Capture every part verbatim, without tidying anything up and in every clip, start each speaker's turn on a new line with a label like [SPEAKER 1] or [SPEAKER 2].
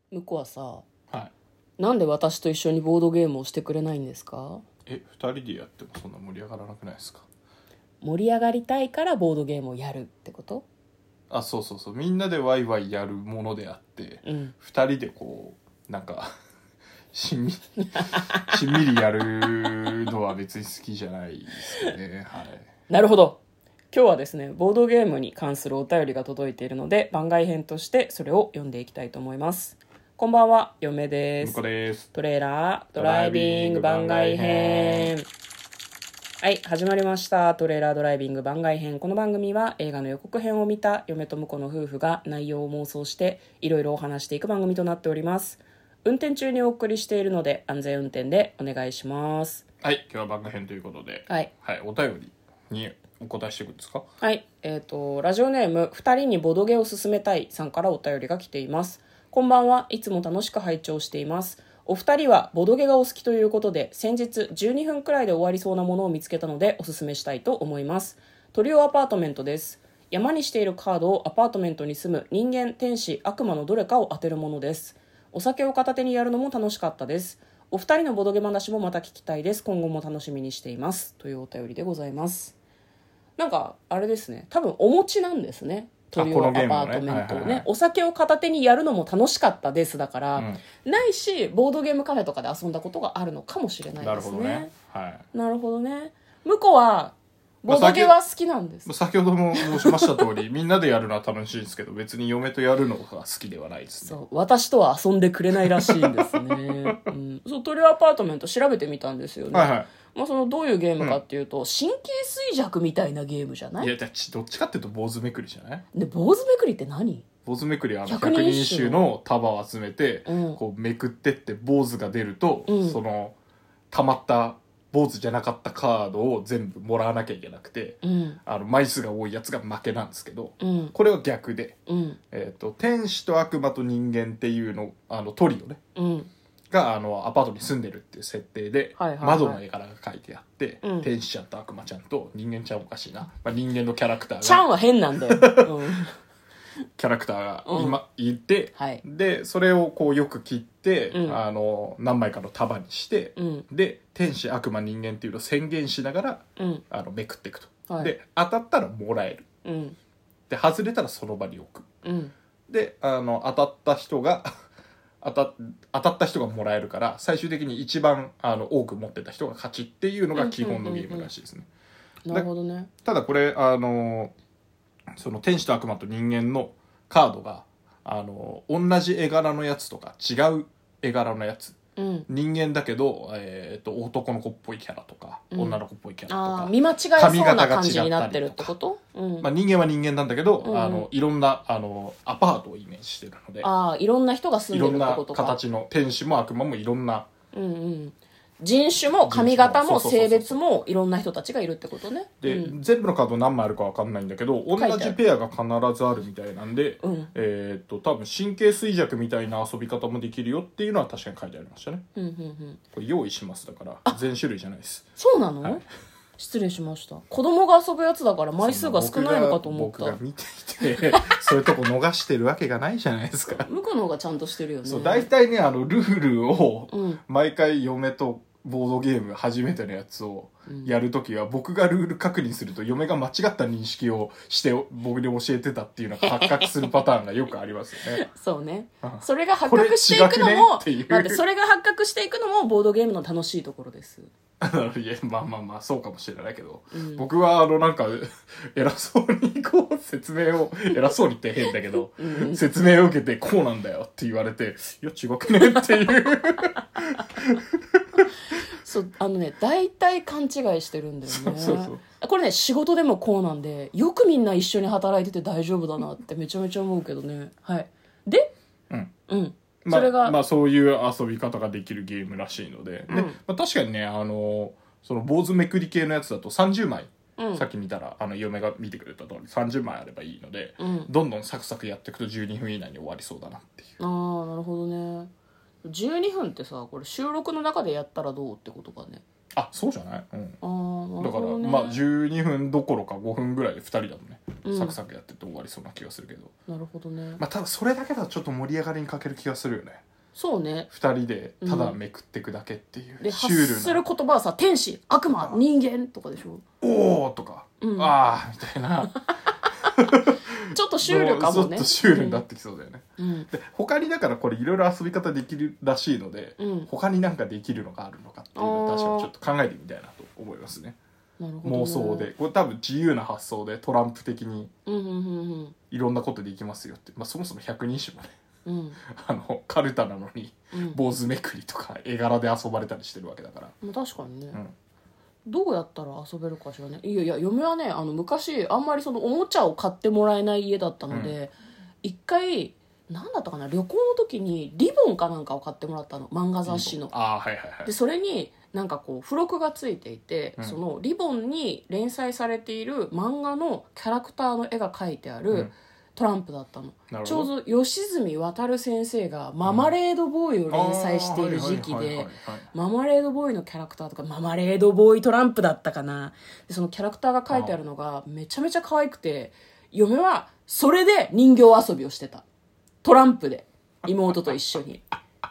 [SPEAKER 1] 向こうはさ、
[SPEAKER 2] はい。
[SPEAKER 1] なんで私と一緒にボードゲームをしてくれないんですか？
[SPEAKER 2] え、ふたりでやってもそんな盛り上がらなくないですか？
[SPEAKER 1] 盛り上がりたいからボードゲームをやるってこと？
[SPEAKER 2] あ、そうそうそう。みんなでワイワイやるものであって、
[SPEAKER 1] うん。
[SPEAKER 2] ふたりでこう、なんか、しんみ、しんみりやるのは別に好きじゃないですよね。はい。
[SPEAKER 1] なるほど。今日はですね、ボードゲームに関するお便りが届いているので、番外編としてそれを読んでいきたいと思います。こんばんは、嫁です。
[SPEAKER 2] 向こうです。
[SPEAKER 1] トレーラードライビング番外編。はい、始まりました。トレーラードライビング番外編。この番組は映画の予告編を見た嫁と婿の夫婦が内容を妄想していろいろお話していく番組となっております。運転中にお送りしているので安全運転でお願いします。
[SPEAKER 2] はい。今日は番外編ということで、
[SPEAKER 1] はい。
[SPEAKER 2] はい。お便りにお答えしていくんですか？
[SPEAKER 1] はい、えーと、ラジオネームふたりにボドゲを勧めたいさんからお便りが来ています。こんばんは。いつも楽しく拝聴しています。お二人はボドゲがお好きということで、先日じゅうにふんくらいで終わりそうなものを見つけたのでおすすめしたいと思います。トリオアパートメントです。山にしているカードをアパートメントに住む人間、天使、悪魔のどれかを当てるものです。お酒を片手にやるのも楽しかったです。お二人のボドゲ話もまた聞きたいです。今後も楽しみにしています。というお便りでございます。なんかあれですね、多分お持ちなんですね、トリオアパートメントをね。
[SPEAKER 2] はいはいはい、
[SPEAKER 1] お酒を片手にやるのも楽しかったですだから、
[SPEAKER 2] うん、
[SPEAKER 1] ないしボードゲームカフェとかで遊んだことがあるのかもしれないですね。
[SPEAKER 2] なるほどね。はい。
[SPEAKER 1] なるほどね。向こうはボードゲーは好きなんです。
[SPEAKER 2] 先ほども申しました通りみんなでやるのは楽しいですけど、別に嫁とやるのが好きではないですね。
[SPEAKER 1] そう、私とは遊んでくれないらしいんですね、うん、そう、トリオアパートメント調べてみたんですよね。
[SPEAKER 2] はいはい。
[SPEAKER 1] まあ、そのどういうゲームかっていうと、うん、神経衰弱みたいなゲームじゃない？
[SPEAKER 2] いや、どっちかっていうと坊主めくりじゃない？
[SPEAKER 1] で、坊主めくりって何？
[SPEAKER 2] 坊主めくりはあの百人一首の束を集めて、うん、こうめくってって坊主が出ると、うん、その溜まった坊主じゃなかったカードを全部もらわなきゃいけなくて、うん、あの枚数が多いやつが負けなんですけど、うん、これは逆で、うん、えーと、天使と悪魔と人間っていうの、あのトリオね、うん、があのアパートに住んでるっていう設定で、はいはいはい、窓の絵柄が描いてあって、うん、天使ちゃんと悪魔ちゃんと人間ちゃんおかしいな、まあ、人間のキャラクターが
[SPEAKER 1] ちゃんは変なんだよ、うん
[SPEAKER 2] キャラクターが今、うん、いて、はい、でそれをこうよく切って、うん、あの何枚かの束にして、うん、で天使悪魔人間っていうのを宣言しながら、うん、あのめくっていくと、はい、で当たったらもらえる、うん、で外れたらその場に置く、うん、であの当たった人が当た当たった人がもらえるから、最終的に一番あの多く持ってた人が勝ちっていうのが基本のゲームらしいですね。
[SPEAKER 1] なるほどね。
[SPEAKER 2] ただこれあのその天使と悪魔と人間のカードがあの同じ絵柄のやつとか違う絵柄のやつ、うん、人間だけど、えー、と男の子っぽいキャラとか、うん、女の子っぽいキャラとか、
[SPEAKER 1] あ見間違えそうな感じになってるってこと？うん、
[SPEAKER 2] まあ、人間は人間なんだけど、うん、あのいろんなあのアパートをイメージしてるので、
[SPEAKER 1] あいろんな人が住んでるってことか。
[SPEAKER 2] いろんな形の天使も悪魔もいろんな、
[SPEAKER 1] うんうん、人種も髪型も性別もいろんな人たちがいるってことね。
[SPEAKER 2] で、
[SPEAKER 1] うん、
[SPEAKER 2] 全部のカード何枚あるか分かんないんだけど、同じペアが必ずあるみたいなんで、うん、えっと多分神経衰弱みたいな遊び方もできるよっていうのは確かに書いてありましたね。うんうんうん、これ用意しますだから全種類じゃないです。
[SPEAKER 1] そうなの？はい、失礼しました。子供が遊ぶやつだから枚数が少ないのかと思った。
[SPEAKER 2] 僕が見ていてそういうとこ逃してるわけがないじゃないですか。
[SPEAKER 1] 向こうの方がちゃんとしてるよね。
[SPEAKER 2] そう、大体ね、あのルールを毎回嫁とボードゲーム初めてのやつをやるときは、僕がルール確認すると嫁が間違った認識をして僕に教えてたっていうのが発覚するパターンがよくありますよね。
[SPEAKER 1] そうね。それが発覚していくのも、待って、それが発覚していくのもボードゲームの楽しいところです。
[SPEAKER 2] いや、まあまあまあそうかもしれないけど、うん、僕はあのなんか偉そうにこう説明を偉そうにって変だけど、うん、説明を受けてこうなんだよって言われて、いや違くねっていう
[SPEAKER 1] そうあのね、大体勘違いしてるんだよね。そうそうそう、これね、仕事でもこうなんで、よくみんな一緒に働いてて大丈夫だなってめちゃめちゃ思うけどね。はい。で、うんうん
[SPEAKER 2] まあ、それがまあそういう遊び方ができるゲームらしいので、うん、でまあ、確かにね、あのその坊主めくり系のやつだとさんじゅうまい、うん、さっき見たらあの嫁が見てくれた通りさんじゅうまいあればいいので、うん、どんどんサクサクやっていくとじゅうにふん以内に終わりそうだなっていう。
[SPEAKER 1] ああ、なるほどね。じゅうにふんってさ、これ収録の中でやったらどうってことかね。
[SPEAKER 2] あ、そうじゃない？うん、
[SPEAKER 1] あ
[SPEAKER 2] だからまあじゅうにふんどころかごふんぐらいでふたりだもんね、うん、サクサクやってて終わりそうな気がするけど。
[SPEAKER 1] なるほどね。
[SPEAKER 2] まあただそれだけだとちょっと盛り上がりに欠ける気がするよね。
[SPEAKER 1] そうね、
[SPEAKER 2] ふたりでただめくってくだけっていう、
[SPEAKER 1] うん、で発する言葉はさ、天使、悪魔、人間とかでしょ。
[SPEAKER 2] おーとか、うん、あーみたいな
[SPEAKER 1] ちょっとシュールかもね。
[SPEAKER 2] ちょっとシュールになってきそうだよね、
[SPEAKER 1] うん、
[SPEAKER 2] で他にだからこれいろいろ遊び方できるらしいので、うん、他になんかできるのがあるのかっていうのを確かにちょっと考えてみたいなと思いますね。
[SPEAKER 1] なるほどね、
[SPEAKER 2] 妄想でこれ多分自由な発想でトランプ的に
[SPEAKER 1] うんうんうんうん、
[SPEAKER 2] いろんなことできますよって、まあ、そもそも百人一首もね、
[SPEAKER 1] うん、
[SPEAKER 2] あのカルタなのに、うん、坊主めくりとか絵柄で遊ばれたりしてるわけだから、
[SPEAKER 1] 確かにね、うん、どうやったら遊べるかしらね。いやいや、嫁はね、あの昔あんまりそのおもちゃを買ってもらえない家だったので、一、うん、回何だったかな、旅行の時にリボンかなんかを買ってもらったの、漫画雑誌の。
[SPEAKER 2] あ、はいはいはい、
[SPEAKER 1] でそれになんかこう付録がついていて、うん、そのリボンに連載されている漫画のキャラクターの絵が描いてあるトランプだったの、うん、ちょうど吉住渉先生がママレードボーイを連載している時期で、ママレードボーイのキャラクターとか、ママレードボーイトランプだったかな、でそのキャラクターが描いてあるのがめちゃめちゃ可愛くて、嫁はそれで人形遊びをしてた。トランプで妹と一緒に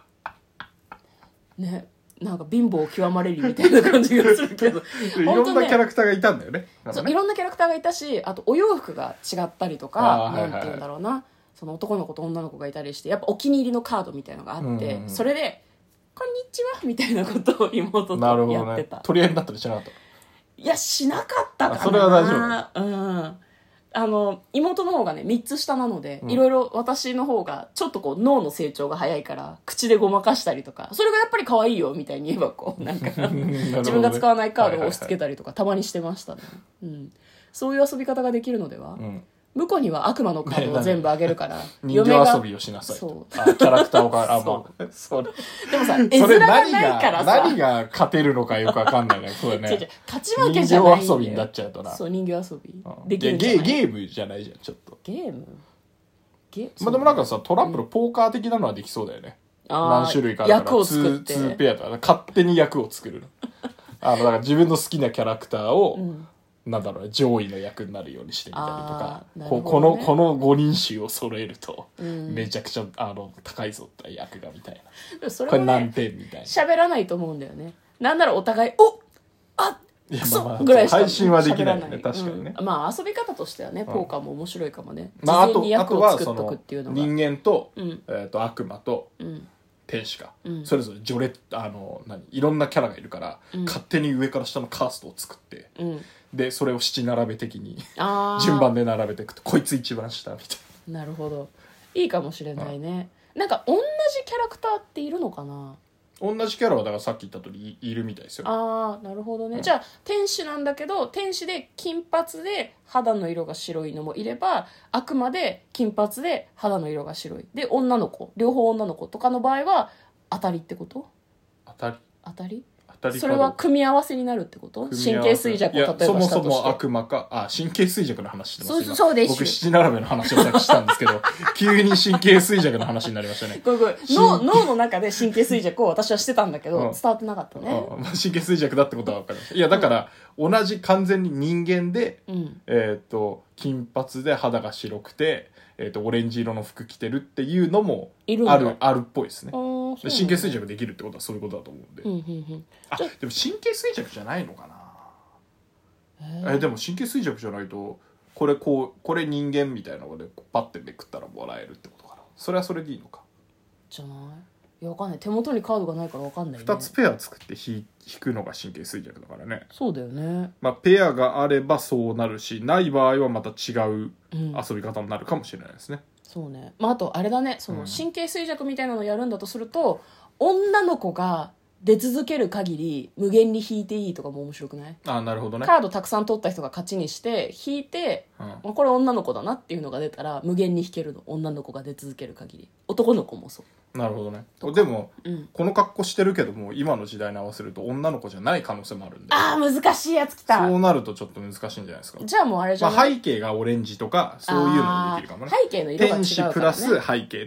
[SPEAKER 1] ね、なんか貧乏極まれりみたいな感じがするけど
[SPEAKER 2] いろんなキャラクターがいたんだよね。
[SPEAKER 1] そう、いろんなキャラクターがいたし、あとお洋服が違ったりとか、なんていうんだろうな、はいはい、その男の子と女の子がいたりして、やっぱお気に入りのカードみたいなのがあって、うんうん、それでこんにちはみたいなことを妹とやってた、
[SPEAKER 2] ね、取り合いになったりしなかった？
[SPEAKER 1] いや、しなかったかな。
[SPEAKER 2] それは大丈夫。
[SPEAKER 1] うん、あの妹の方がねみっつ下なので、いろいろ私の方がちょっとこう脳の成長が早いから口でごまかしたりとか、それがやっぱり可愛いよみたいに言えばこうなんか自分が使わないカードを押し付けたりとかたまにしてましたね、うん、そういう遊び方ができるのでは、うん、向こうには悪魔のカードを全部あげるから、ね、
[SPEAKER 2] 人形遊びをしなさいと。そう、あ、キャラクターをかあ、まあ、それ
[SPEAKER 1] でもさ、絵面がないからさ、
[SPEAKER 2] 何が勝てるのかよくわかんないね。そうだね。違う違う、
[SPEAKER 1] 勝ち負けじゃないんだよ。
[SPEAKER 2] 人形遊びになっちゃうとな。
[SPEAKER 1] そう、人形遊び、
[SPEAKER 2] うん、できるんじゃない？ゲームじゃないじゃん、ちょっと。
[SPEAKER 1] ゲームゲ
[SPEAKER 2] まあでもなんかさ、トランプのポーカー的なのはできそうだよね。うん、何種類かあるから。
[SPEAKER 1] 役を作って。
[SPEAKER 2] ツーペアとか、勝手に役を作るの。あの、だから自分の好きなキャラクターを、うんなんだろう、上位の役になるようにしてみたりとか、ね、こ, このこのごにん衆を揃えると、うん、めちゃくちゃあの高いぞって役がみたいな、それも、ね、これ何点みたいな
[SPEAKER 1] 喋らないと思うんだよね。なんならお互いおあ
[SPEAKER 2] いや、まあまあ、ぐらいしか配信はできないよね、確かにね、
[SPEAKER 1] うん、まあ遊び方としてはね、ポーカーも面白いかもね、うん、事前に役を作っとくっていうのが、
[SPEAKER 2] まあ、あと人間と、うんえー、と悪魔と、うん天使か、うん、それぞれ序列あの何いろんなキャラがいるから、うん、勝手に上から下のカーストを作って、うん、でそれを七並べ的に順番で並べていくとこいつ一番下みたい
[SPEAKER 1] な。なるほど、いいかもしれないね、うん、なんか同じキャラクターっているのかな。
[SPEAKER 2] 同じキャラはだからさっき言った通り い, いるみたいですよ。
[SPEAKER 1] ああ、なるほどね、うん、じゃあ天使なんだけど天使で金髪で肌の色が白いのもいれば、悪魔で金髪で肌の色が白いで女の子、両方女の子とかの場合は当たりってこと？
[SPEAKER 2] 当たり
[SPEAKER 1] 当たり
[SPEAKER 2] 当たり
[SPEAKER 1] それは組み合わせになるってこと？神経衰弱を例えばしたとして。
[SPEAKER 2] そもそも悪魔か、あ、神経衰弱の話してます。
[SPEAKER 1] そうそうです。
[SPEAKER 2] 僕七並べの話をさっきしたんですけど急に神経衰弱の話になりましたね。
[SPEAKER 1] ごめんごめん、脳脳の中で神経衰弱を私はしてたんだけど、うん、伝わってなかったね。
[SPEAKER 2] うん、神経衰弱だってことは分かりました。いやだから、うん、同じ完全に人間で、うん、えっと金髪で肌が白くて、えー、とオレンジ色の服着てるっていうのもあるあるっぽいですね。で神経衰弱できるってことはそういうことだと思うんで、うんうんうん、あでも神経衰弱じゃないのかな。えー、でも神経衰弱じゃないとこれこうこれ人間みたいなのでパッてめくったらもらえるってことかな。それはそれでいいのか
[SPEAKER 1] じゃない。いやわかんない、手元にカードがないからわかんないね。
[SPEAKER 2] ふたつペア作って引くのが神経衰弱だからね。
[SPEAKER 1] そうだよね。
[SPEAKER 2] まあペアがあればそうなるし、ない場合はまた違う遊び方になるかもしれないですね、うん、
[SPEAKER 1] そうね。まああとあれだね、その神経衰弱みたいなのをやるんだとすると、うん、女の子が出続ける限り無限に引いていいとかも面白くない？
[SPEAKER 2] あ、なるほどね。
[SPEAKER 1] カードたくさん取った人が勝ちにして引いて、うん、これ女の子だなっていうのが出たら無限に引けるの。女の子が出続ける限り。男の子もそう。
[SPEAKER 2] なるほどね。でも、うん、この格好してるけども今の時代に合わせると女の子じゃない可能性もあるんで、
[SPEAKER 1] あー難しいやつきた。
[SPEAKER 2] そうなるとちょっと難しいんじゃないですか。
[SPEAKER 1] じゃあもうあれじゃない、
[SPEAKER 2] まあ、背景がオレンジとかそういうのもできるかもね。
[SPEAKER 1] 背景の色が違うからね。
[SPEAKER 2] 天使プラス背景とか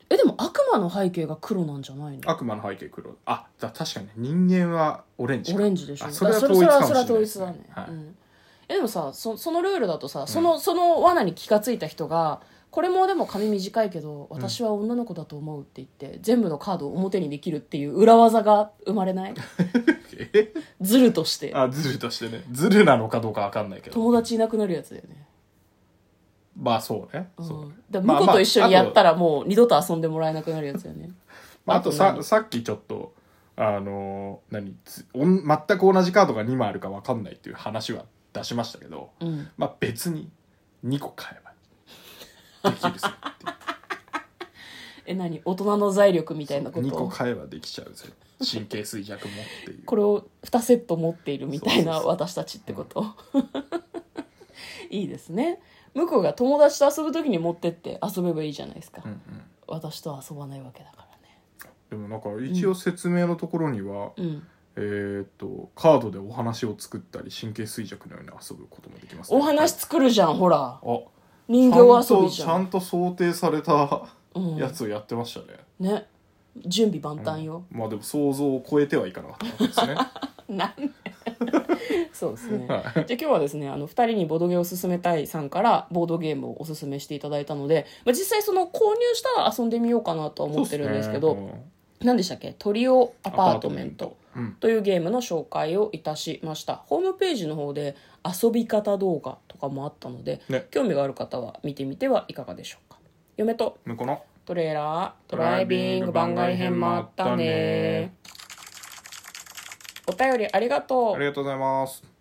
[SPEAKER 1] えでも悪魔の背景が黒なんじゃないの？
[SPEAKER 2] 悪魔の背景黒。あ、だ確かに人間はオレンジか。
[SPEAKER 1] オレンジでしょ。
[SPEAKER 2] あそれは統一かもしれないですね。
[SPEAKER 1] それは統一だね、
[SPEAKER 2] はい。
[SPEAKER 1] うん、えでもさ そ, そのルールだとさ、そのその罠に気がついた人が、これもでも髪短いけど私は女の子だと思うって言って、うん、全部のカードを表にできるっていう裏技が生まれない？
[SPEAKER 2] え
[SPEAKER 1] ズルとして。
[SPEAKER 2] あ、ズルとしてね。ズルなのかどうか分かんないけど、
[SPEAKER 1] 友達いなくなるやつだよね。
[SPEAKER 2] まあそうね、
[SPEAKER 1] うん、
[SPEAKER 2] そう
[SPEAKER 1] だ向こうと一緒にやったらもう二度と遊んでもらえなくなるやつよね。
[SPEAKER 2] まあ、あとささっきちょっとあのー、何つおん全く同じカードがにまいあるか分かんないっていう話は出しましたけど、
[SPEAKER 1] うん、
[SPEAKER 2] まあ別ににこ買えばできるぜっていう
[SPEAKER 1] え何大人の財力みたいなこと
[SPEAKER 2] にこ買えばできちゃうぜ、神経衰弱もっていう
[SPEAKER 1] これをにセット持っているみたいな私たちってこと。いいですね。向こうが友達と遊ぶ時に持ってって遊べばいいじゃないですか、うんうん、私と遊ばないわけだからね。
[SPEAKER 2] でもなんか一応説明のところには、
[SPEAKER 1] うん、
[SPEAKER 2] えー、っとカードでお話を作ったり神経衰弱のように遊ぶこともできます、
[SPEAKER 1] ね、お話作るじゃん、ほら。
[SPEAKER 2] あ、
[SPEAKER 1] 人形遊びじゃん。
[SPEAKER 2] ちゃんと想定されたやつをやってましたね、
[SPEAKER 1] うん、ね、準備万端よ、
[SPEAKER 2] うん、まあでも想像を超えてはいかなかったわけですね。
[SPEAKER 1] なんでそうですね、
[SPEAKER 2] はい、
[SPEAKER 1] じゃあ今日はですね、あのふたりにボードゲームを勧めたいさんからボードゲームをおすすめしていただいたので、まあ、実際その購入したら遊んでみようかなとは思ってるんですけど、ね、うん、何でしたっけ、トリオアパートメントというゲームの紹介をいたしました。ホームページの方で遊び方動画とかもあったので、ね、興味がある方は見てみてはいかがでしょうか。嫁と
[SPEAKER 2] 向こうの
[SPEAKER 1] トレーラードライビング番外編もあったね。お便りありがとう。
[SPEAKER 2] ありがとうございます。